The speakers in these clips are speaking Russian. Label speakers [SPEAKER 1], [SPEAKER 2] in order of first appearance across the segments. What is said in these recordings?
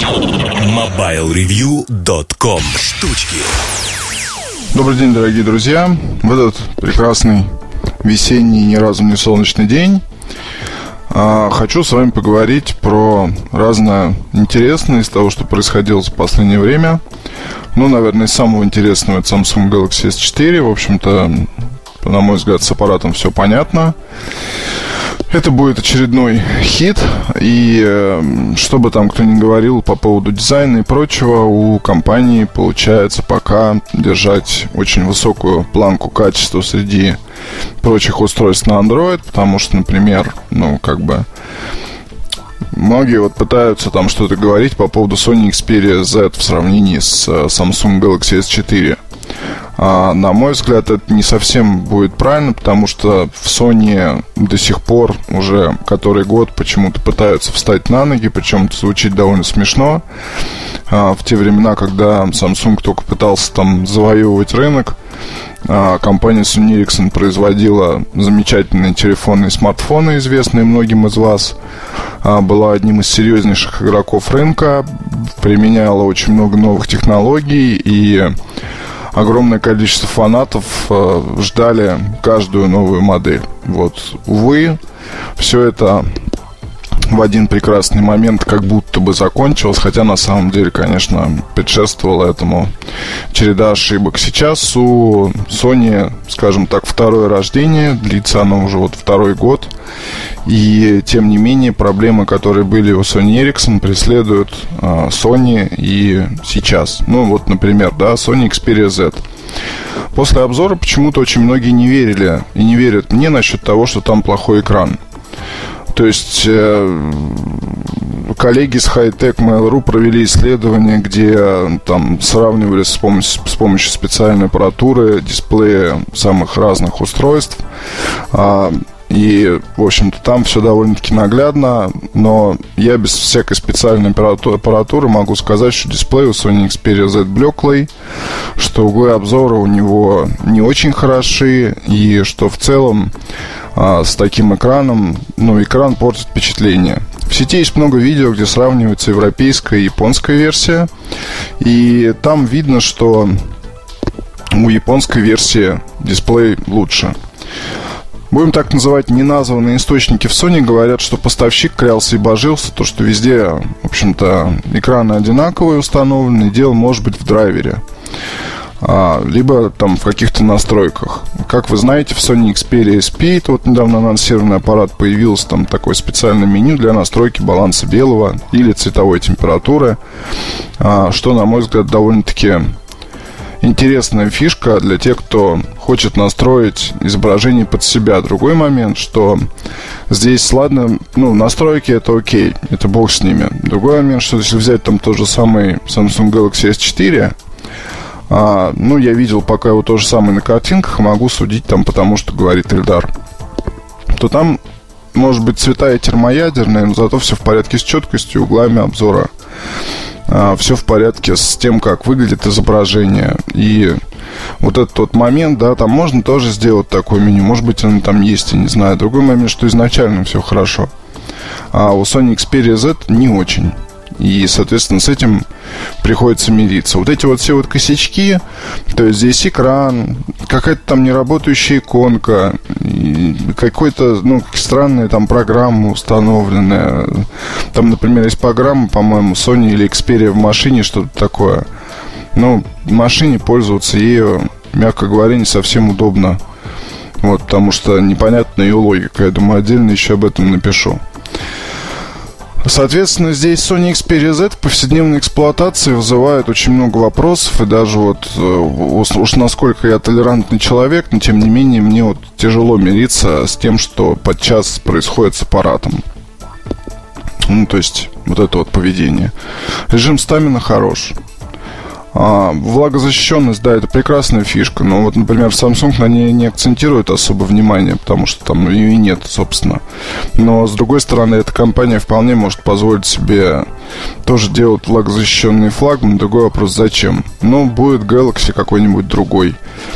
[SPEAKER 1] MobileReview.com. Штучки.
[SPEAKER 2] Добрый день, дорогие друзья. В этот прекрасный весенний, ни разу не солнечный день хочу с вами поговорить про разное интересное из того, что происходило за последнее время. Наверное, из самого интересного это Samsung Galaxy S4. В общем-то, на мой взгляд, с аппаратом все понятно. Это будет очередной хит. И что бы там кто ни говорил по поводу дизайна и прочего, у компании получается пока держать очень высокую планку качества среди прочих устройств на Android. Потому что, например, многие пытаются там что-то говорить по поводу Sony Xperia Z в сравнении с Samsung Galaxy S4. На мой взгляд, это не совсем будет правильно, потому что в Sony до сих пор уже который год почему-то пытаются встать на ноги, причем это звучит довольно смешно. В те времена, когда Samsung только пытался там завоевывать рынок, компания Sony Ericsson производила замечательные телефоны и смартфоны, известные многим из вас, была одним из серьезнейших игроков рынка, применяла очень много новых технологий, и огромное количество фанатов ждали каждую новую модель. Увы, все это в один прекрасный момент как будто бы закончилось, хотя на самом деле, конечно, предшествовала этому череда ошибок. Сейчас у Sony, скажем так, второе рождение, длится оно уже второй год, и тем не менее проблемы, которые были у Sony Ericsson, преследуют Sony и сейчас. Например, Sony Xperia Z. После обзора почему-то очень многие не верили и не верят мне насчет того, что там плохой экран. То есть коллеги с High-Tech Mail.ru провели исследование, где там сравнивали с помощью специальной аппаратуры дисплеи самых разных устройств. И, в общем-то, там все довольно-таки наглядно. Но я без всякой специальной аппаратуры могу сказать, что дисплей у Sony Xperia Z блеклый, что углы обзора у него не очень хороши, и что в целом с таким экраном, экран портит впечатление. В сети есть много видео, где сравнивается европейская и японская версия. И там видно, что у японской версии дисплей лучше. Будем так называть, неназванные источники в Sony говорят, что поставщик клялся и божился, то, что везде, в общем-то, экраны одинаковые установлены, и дело может быть в драйвере, либо там в каких-то настройках. Как вы знаете, в Sony Xperia SP, недавно анонсированный аппарат, появился там такое специальное меню для настройки баланса белого или цветовой температуры, что, на мой взгляд, довольно-таки интересная фишка для тех, кто хочет настроить изображение под себя. Другой момент, что здесь, ладно, настройки это окей, это бог с ними. Другой момент, что если взять там тот же самый Samsung Galaxy S4, я видел пока его то же самое на картинках, могу судить там, потому что говорит Эльдар, то там может быть цвета и термоядерные, но зато все в порядке с четкостью, углами обзора. Все в порядке с тем, как выглядит изображение. И этот момент, там можно тоже сделать такое меню. Может быть, оно там есть, я не знаю. Другой момент, что изначально все хорошо, а у Sony Xperia Z не очень. И, соответственно, с этим приходится мириться. Эти все косячки, то есть здесь экран, какая-то там неработающая иконка, какой-то, странная там программа установленная. Там, например, есть программа, по-моему, Sony или Xperia в машине, что-то такое. В машине пользоваться ею, мягко говоря, не совсем удобно. Потому что непонятна ее логика. Я думаю, отдельно еще об этом напишу. Соответственно, здесь Sony Xperia Z в повседневной эксплуатации вызывает очень много вопросов. И даже уж насколько я толерантный человек, но тем не менее мне тяжело мириться с тем, что подчас происходит с аппаратом. То есть это поведение. Режим стамина хорош. Влагозащищенность, это прекрасная фишка. Но например, Samsung на ней не акцентирует особо внимание, потому что там ее и нет, собственно. Но, с другой стороны, эта компания вполне может позволить себе тоже делать влагозащищенный флагман. Другой вопрос, зачем? Будет Galaxy какой-нибудь другой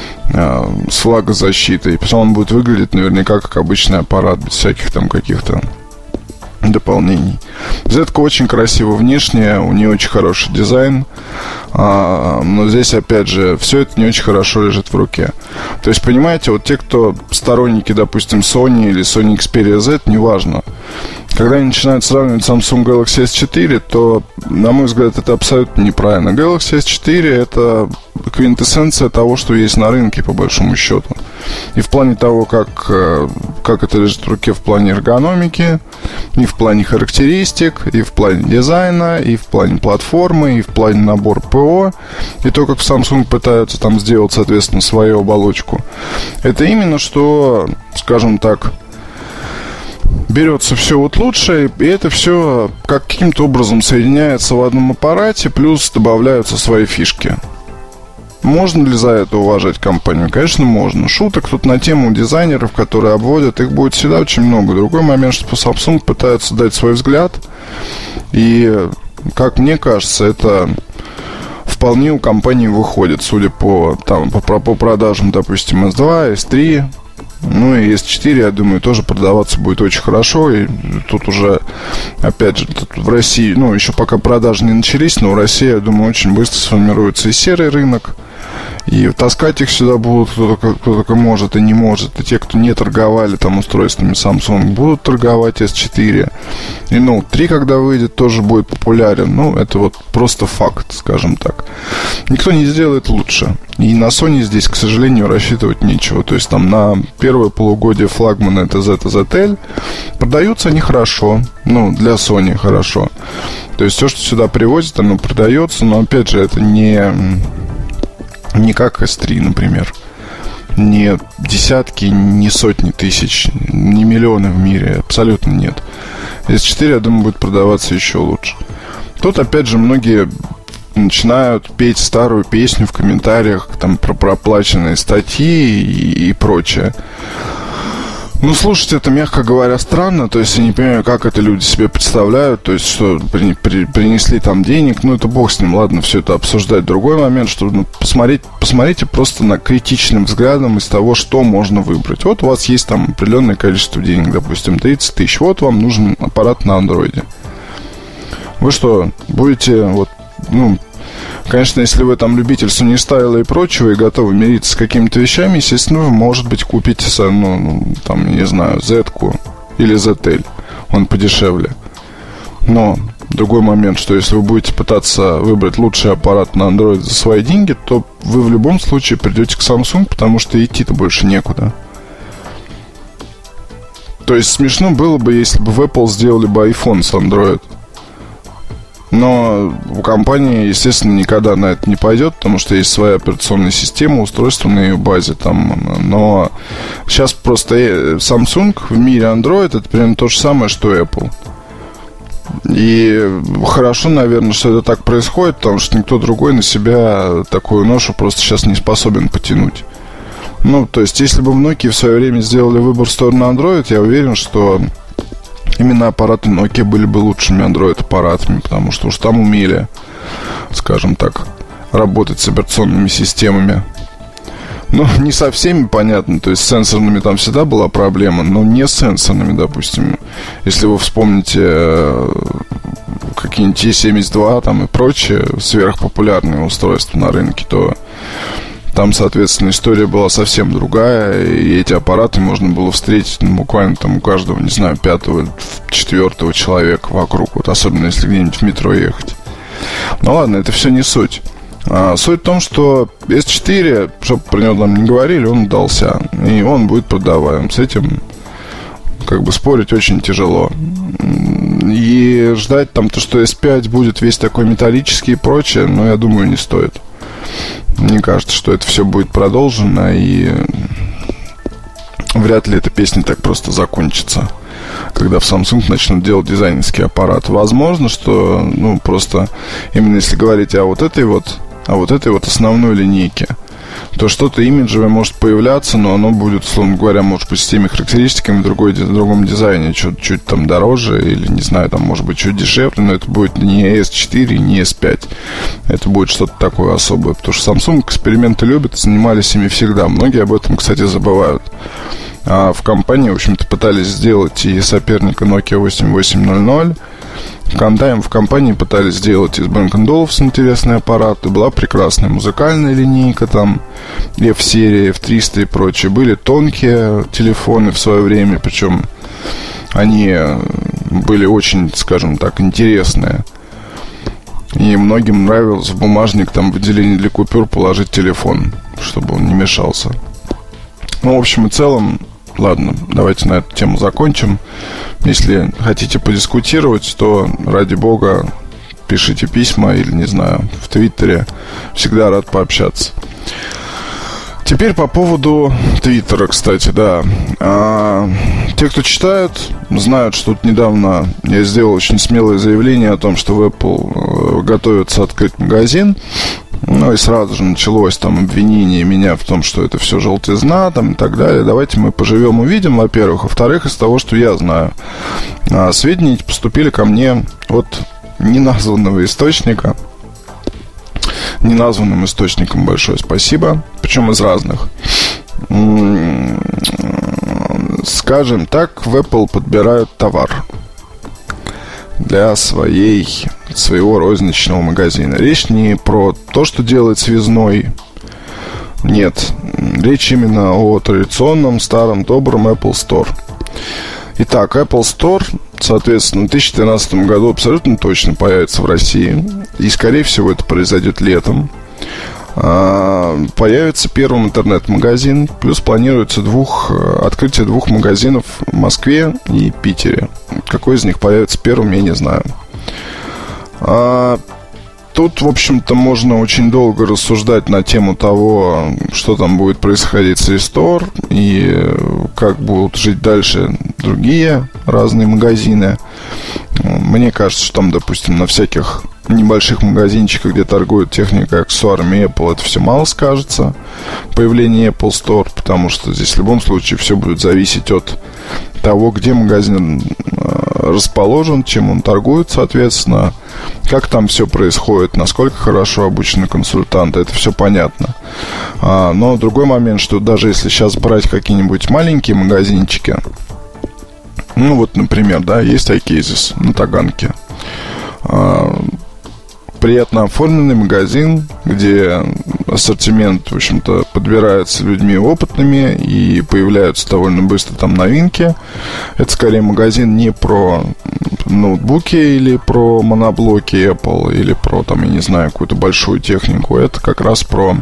[SPEAKER 2] с влагозащитой. И потом он будет выглядеть наверняка как обычный аппарат, без всяких там каких-то дополнений. Z-ка очень красиво внешне, у нее очень хороший дизайн, но здесь, опять же, все это не очень хорошо лежит в руке. То есть, понимаете, вот те, кто сторонники, допустим, Sony или Sony Xperia Z, неважно, когда они начинают сравнивать Samsung Galaxy S4, то, на мой взгляд, это абсолютно неправильно. Galaxy S4 — это квинтэссенция того, что есть на рынке, по большому счету. И в плане того, как это лежит в руке, в плане эргономики, и в плане характеристик, и в плане дизайна, и в плане платформы, и в плане набора ПО, и то, как в Samsung пытаются там сделать, соответственно, свою оболочку. Это именно что, скажем так, берется все вот лучшее, и это все каким-то образом соединяется в одном аппарате, плюс добавляются свои фишки. Можно ли за это уважать компанию? Конечно, можно. Шуток тут на тему дизайнеров, которые обводят, их будет всегда очень много. Другой момент, что Samsung пытаются дать свой взгляд, и, как мне кажется, это вполне у компании выходит, судя по продажам, допустим, S2, S3. Ну и S4, я думаю, тоже продаваться будет очень хорошо. И тут уже, опять же, тут в России, ну, еще пока продажи не начались, но в России, я думаю, очень быстро сформируется и серый рынок. И таскать их сюда будут кто только может и не может. И те, кто не торговали там устройствами Samsung, будут торговать S4. И Note 3, когда выйдет, тоже будет популярен. Ну, это вот просто факт, скажем так. Никто не сделает лучше. И на Sony здесь, к сожалению, рассчитывать нечего. То есть там на первое полугодие флагмана это Z и ZL. Продаются они хорошо. Ну, для Sony хорошо. То есть все, что сюда привозят, оно продается. Но, опять же, это не как S3, например. Не десятки, не сотни тысяч, не миллионы в мире. Абсолютно нет. S4, я думаю, будет продаваться еще лучше. Тут, опять же, многие начинают петь старую песню в комментариях там, про проплаченные статьи и прочее. Ну, слушать это, мягко говоря, странно. То есть я не понимаю, как это люди себе представляют. То есть, что принесли там денег. Ну, это бог с ним, ладно, все это обсуждать. Другой момент, что посмотрите просто на критичным взглядом из того, что можно выбрать. Вот у вас есть там определенное количество денег, допустим, 30 тысяч. Вот вам нужен аппарат на андроиде. Вы что, будете вот, ну, конечно, если вы там любитель Sony Style и прочего и готовы мириться с какими-то вещами, естественно, вы, может быть, купите, ну, там, не знаю, Z-ку или ZL. Он подешевле. Но другой момент, что если вы будете пытаться выбрать лучший аппарат на Android за свои деньги, то вы в любом случае придете к Samsung, потому что идти-то больше некуда. То есть смешно было бы, если бы в Apple сделали бы iPhone с Android. Но у компании, естественно, никогда на это не пойдет, потому что есть своя операционная система, устройство на ее базе там. Но сейчас просто Samsung в мире Android — это примерно то же самое, что Apple. И хорошо, наверное, что это так происходит, потому что никто другой на себя такую ношу просто сейчас не способен потянуть. Ну, то есть, если бы в Nokia в свое время сделали выбор в сторону Android, я уверен, что именно аппараты Nokia были бы лучшими Android-аппаратами, потому что уж там умели, скажем так, работать с операционными системами. Ну, не со всеми, понятно. То есть с сенсорными там всегда была проблема, но не с сенсорными, допустим. Если вы вспомните какие-нибудь T72 там и прочие сверхпопулярные устройства на рынке, то там, соответственно, история была совсем другая. И эти аппараты можно было встретить, ну, буквально там у каждого, не знаю, 5-го, 4-го человека вокруг. Вот особенно если где-нибудь в метро ехать. Ну ладно, это все не суть. Суть в том, что S4, чтобы про него там не говорили, он удался. И он будет продаваем. С этим как бы спорить очень тяжело. И ждать там то, что S5 будет весь такой металлический и прочее, но я думаю, не стоит. Мне кажется, что это все будет продолжено, и вряд ли эта песня так просто закончится, когда в Samsung начнут делать дизайнерский аппарат. Возможно, что, ну, просто именно если говорить о вот этой вот основной линейке, то что-то имиджевое может появляться, но оно будет, условно говоря, может быть, с теми характеристиками в другом дизайне, чуть там дороже, или, не знаю, там, может быть, чуть дешевле, но это будет не S4, не S5. Это будет что-то такое особое, потому что Samsung эксперименты любит, занимались ими всегда. Многие об этом, кстати, забывают. в компании, в общем-то, пытались сделать и соперника Nokia 8800. В компании пытались сделать из Bang & Olufsen интересный аппарат. И была прекрасная музыкальная линейка, там F-серия, F300 и прочее. Были тонкие телефоны в свое время, причем они были очень, скажем так, интересные. И многим нравилось в бумажник, там, в отделении для купюр положить телефон, чтобы он не мешался. Ну, в общем и целом, ладно, давайте на эту тему закончим. Если хотите подискутировать, то, ради бога, пишите письма или, не знаю, в Твиттере. Всегда рад пообщаться. Теперь по поводу Твиттера, кстати, да. Те, кто читают, знают, что тут недавно я сделал очень смелое заявление о том, что в Apple готовится открыть магазин. Ну и сразу же началось там обвинение меня в том, что это все желтизна там, и так далее. Давайте мы поживем, увидим, во-первых. Во-вторых, из того, что я знаю, сведения эти поступили ко мне от неназванного источника. Неназванным источникам большое спасибо. Причем из разных. Скажем так, в Apple подбирают товар для своего розничного магазина. Речь не про то, что делает связной. Нет. Речь именно о традиционном, старом, добром Apple Store. Итак, Apple Store, соответственно, в 2013 году абсолютно точно появится в России. И, скорее всего, это произойдет летом. Появится первый интернет-магазин. Плюс планируется открытие 2 магазинов в Москве и Питере. Какой из них появится первым, я не знаю. Тут, в общем-то, можно очень долго рассуждать на тему того, что там будет происходить с Restore и как будут жить дальше другие разные магазины. Мне кажется, что там, допустим, на всяких небольших магазинчиках, где торгуют техникой, аксессуарами Apple, это все мало скажется. Появление Apple Store, потому что здесь в любом случае все будет зависеть от того, где магазин расположен, чем он торгует, соответственно, как там все происходит, насколько хорошо обучены консультанты, это все понятно. Но другой момент, что даже если сейчас брать какие-нибудь маленькие магазинчики, ну вот, например, да, есть iCases на Таганке, приятно оформленный магазин, где ассортимент, в общем-то, подбирается людьми опытными и появляются довольно быстро там новинки. Это скорее магазин не про ноутбуки или про моноблоки Apple или про, там, я не знаю, какую-то большую технику. Это как раз про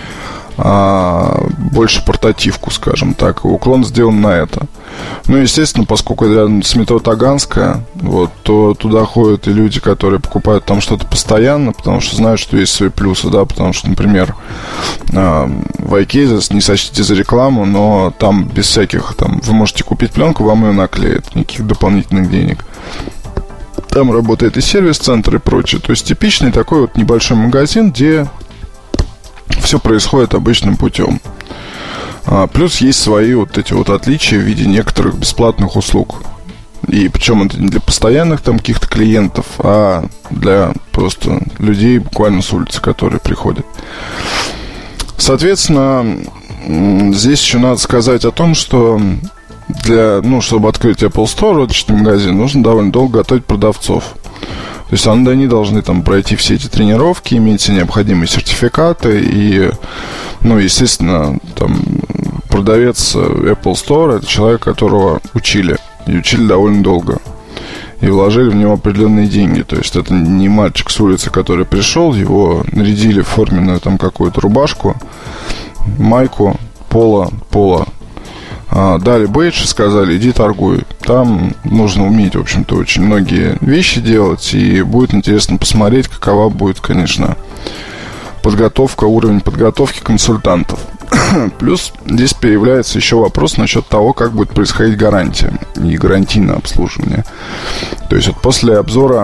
[SPEAKER 2] больше портативку, скажем так. И уклон сделан на это. Ну, естественно, поскольку это рядом с метро Таганская, вот, то туда ходят и люди, которые покупают там что-то постоянно, потому что знают, что есть свои плюсы, да, потому что, например, в iCases, не сочтите за рекламу, но там без всяких, там, вы можете купить пленку, вам ее наклеят, никаких дополнительных денег. Там работает и сервис-центр и прочее. То есть типичный такой вот небольшой магазин, где все происходит обычным путем. Плюс есть свои вот эти вот отличия в виде некоторых бесплатных услуг. И причем это не для постоянных там каких-то клиентов, а для просто людей буквально с улицы, которые приходят. Соответственно, здесь еще надо сказать о том, что чтобы открыть Apple Store, розничный магазин, нужно довольно долго готовить продавцов. То есть они должны там пройти все эти тренировки, иметь все необходимые сертификаты. И, естественно, там продавец Apple Store — это человек, которого учили. И учили довольно долго. И вложили в него определенные деньги. То есть это не мальчик с улицы, который пришел, его нарядили в форменную там какую-то рубашку, майку, поло. Дали бейдж и сказали: иди торгуй. Там нужно уметь, в общем-то, очень многие вещи делать. И будет интересно посмотреть, какова будет, конечно, уровень подготовки консультантов. Плюс здесь появляется еще вопрос насчет того, как будет происходить гарантия и гарантийное обслуживание. То есть вот после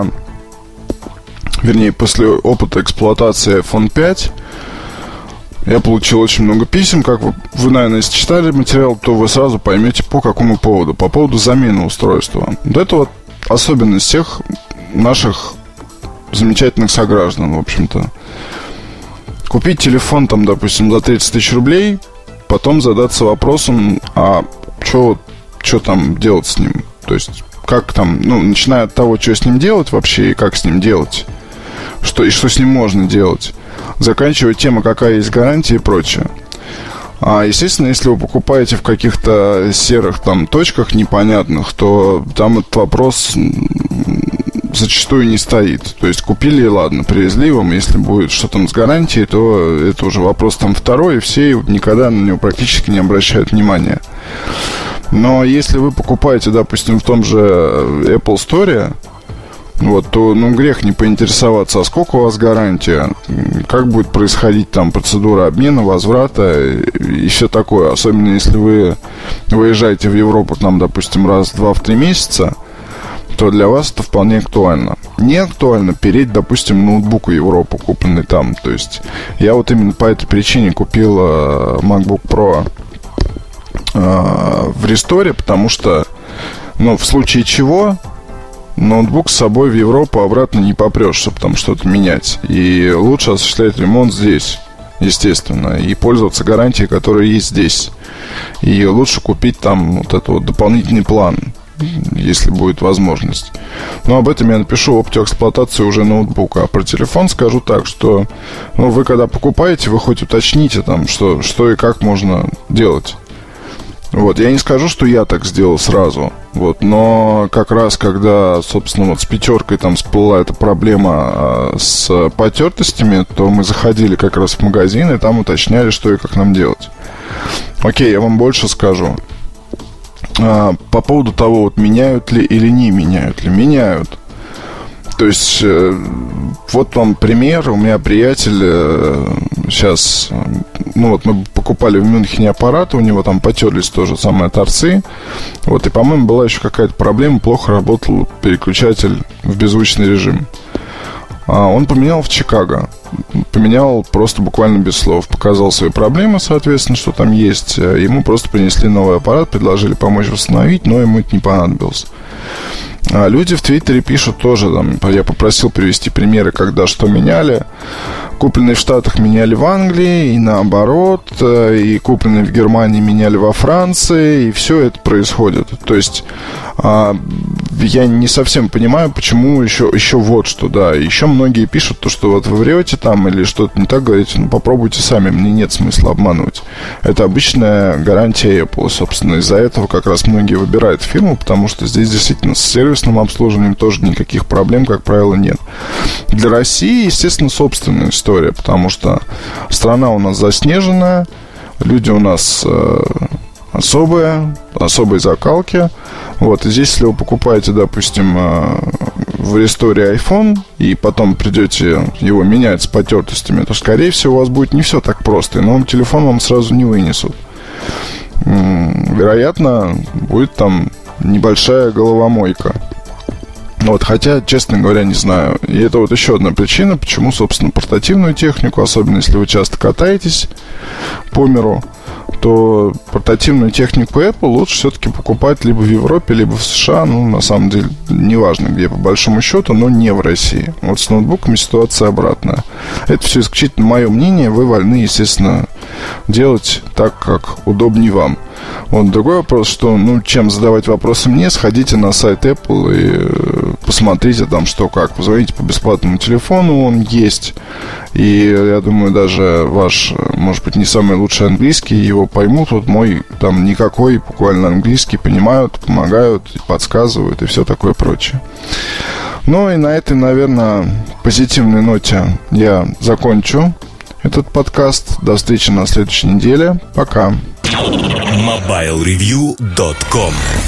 [SPEAKER 2] после опыта эксплуатации iPhone 5 я получил очень много писем. Как вы, наверное, если читали материал, то вы сразу поймете, по какому поводу. По поводу замены устройства. Вот это вот особенность всех наших замечательных сограждан, в общем-то. Купить телефон, там, допустим, за 30 тысяч рублей, потом задаться вопросом, а что там делать с ним? То есть, как там, начиная от того, что с ним делать вообще, и как с ним делать, что с ним можно делать, заканчивая тема, какая есть гарантия и прочее. Естественно, если вы покупаете в каких-то серых там точках непонятных, то там этот вопрос зачастую не стоит. То есть купили, ладно, привезли вам, если будет что там с гарантией, то это уже вопрос там второй, и все никогда на него практически не обращают внимания. Но если вы покупаете, допустим, в том же Apple Store, то, грех не поинтересоваться, а сколько у вас гарантия, как будет происходить там процедура обмена, возврата и все такое. Особенно если вы выезжаете в Европу, там, допустим, раз в 2-3 месяца, то для вас это вполне актуально. Не актуально переть, допустим, ноутбук в Европу, купленный там. То есть я вот именно по этой причине купил MacBook Pro в ресторе, потому что, в случае чего, ноутбук с собой в Европу обратно не попрешь, чтобы там что-то менять. И лучше осуществлять ремонт здесь, естественно, и пользоваться гарантией, которая есть здесь. И лучше купить там вот этот вот дополнительный план, если будет возможность. Но об этом я напишу в опыте эксплуатации уже ноутбука. А про телефон скажу так, что вы когда покупаете, вы хоть уточните там, что и как можно делать. Я не скажу, что я так сделал сразу. Но как раз, когда, собственно, с пятеркой там всплыла эта проблема с потертостями, то мы заходили как раз в магазин и там уточняли, что и как нам делать. Окей, я вам больше скажу. По поводу того, меняют ли или не меняют ли. Меняют. То есть, вот вам пример. У меня приятель сейчас... мы покупали в Мюнхене аппараты, у него там потерлись тоже самые торцы. И, по-моему, была еще какая-то проблема, плохо работал переключатель в беззвучный режим. Он поменял в Чикаго. Поменял просто буквально без слов. Показал свои проблемы, соответственно, что там есть. Ему просто принесли новый аппарат, предложили помочь восстановить, но ему это не понадобилось. Люди в Твиттере пишут тоже, я попросил привести примеры, когда что меняли. Купленные в Штатах меняли в Англии, и наоборот, и купленные в Германии меняли во Франции, и все это происходит. То есть я не совсем понимаю, почему еще вот что, да. Еще многие пишут, что вы врете там или что-то не так говорите, попробуйте сами, мне нет смысла обманывать. Это обычная гарантия Apple, собственно, из-за этого как раз многие выбирают фирму, потому что здесь действительно с сервисным обслуживанием тоже никаких проблем, как правило, нет. Для России, естественно, собственная история, потому что страна у нас заснеженная, люди у нас особой закалки. И здесь, если вы покупаете, допустим, в ресторе iPhone и потом придете его менять с потертостями, то, скорее всего, у вас будет не все так просто, и новый телефон вам сразу не вынесут. Вероятно, будет там небольшая головомойка. Хотя, честно говоря, не знаю. И это еще одна причина, почему, собственно, портативную технику, особенно если вы часто катаетесь по миру, то портативную технику Apple лучше все-таки покупать либо в Европе, либо в США. На самом деле, неважно где, по большому счету, но не в России. С ноутбуками ситуация обратная. Это все исключительно мое мнение. Вы вольны, естественно, делать так, как удобнее вам. Другой вопрос, что, чем задавать вопросы мне, сходите на сайт Apple и посмотрите там, что как. Позвоните по бесплатному телефону, он есть. И я думаю, даже ваш, может быть, не самый лучший английский, его поймут. Мой там никакой, буквально английский, понимают, помогают, подсказывают и все такое прочее. И на этой, наверное, позитивной ноте я закончу этот подкаст. До встречи на следующей неделе. Пока.
[SPEAKER 1] MobileReview.com